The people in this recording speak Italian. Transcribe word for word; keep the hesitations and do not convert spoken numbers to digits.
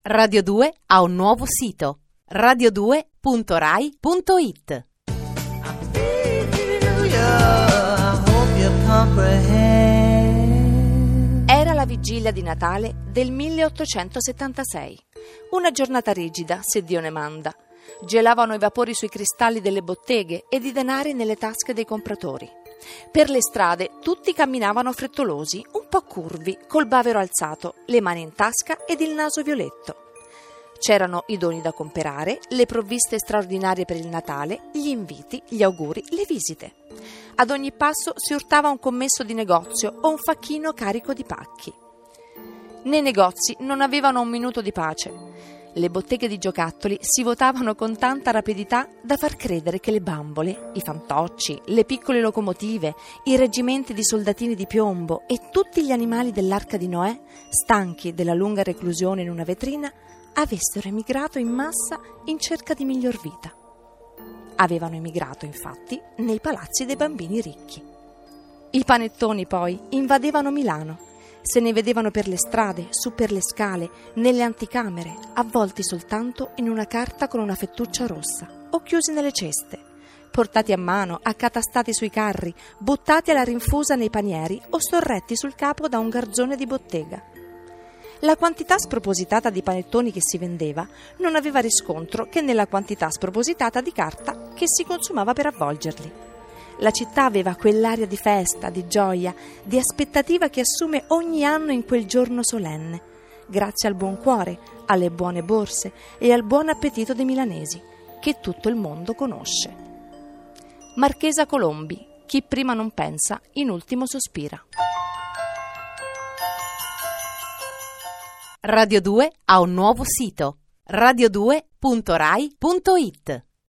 Radio due ha un nuovo sito: radio due punto rai punto it. Era la vigilia di Natale del milleottocentosettantasei. Una giornata rigida, se Dio ne manda. Gelavano i vapori sui cristalli delle botteghe ed i denari nelle tasche dei compratori. Per le strade tutti camminavano frettolosi, un po' curvi, col bavero alzato, le mani in tasca ed il naso violetto. C'erano i doni da comperare, le provviste straordinarie per il Natale, gli inviti, gli auguri, le visite. Ad ogni passo si urtava un commesso di negozio o un facchino carico di pacchi. Nei negozi non avevano un minuto di pace. Le botteghe di giocattoli si votavano con tanta rapidità da far credere che le bambole, i fantocci, le piccole locomotive, i reggimenti di soldatini di piombo e tutti gli animali dell'Arca di Noè, stanchi della lunga reclusione in una vetrina, avessero emigrato in massa in cerca di miglior vita. Avevano emigrato, infatti, nei palazzi dei bambini ricchi. I panettoni, poi, invadevano Milano. Se ne vedevano per le strade, su per le scale, nelle anticamere, avvolti soltanto in una carta con una fettuccia rossa, o chiusi nelle ceste, portati a mano, accatastati sui carri, buttati alla rinfusa nei panieri o sorretti sul capo da un garzone di bottega. La quantità spropositata di panettoni che si vendeva non aveva riscontro che nella quantità spropositata di carta che si consumava per avvolgerli. La città aveva quell'aria di festa, di gioia, di aspettativa che assume ogni anno in quel giorno solenne, grazie al buon cuore, alle buone borse e al buon appetito dei milanesi, che tutto il mondo conosce. Marchesa Colombi, chi prima non pensa, in ultimo sospira. Radio due ha un nuovo sito: radio due punto rai punto it.